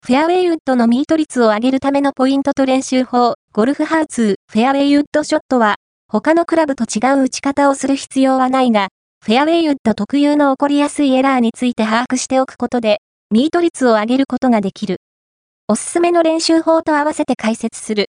フェアウェイウッドのミート率を上げるためのポイントと練習法、ゴルフハウツー、フェアウェイウッドショットは、他のクラブと違う打ち方をする必要はないが、フェアウェイウッド特有の起こりやすいエラーについて把握しておくことで、ミート率を上げることができる。おすすめの練習法と合わせて解説する。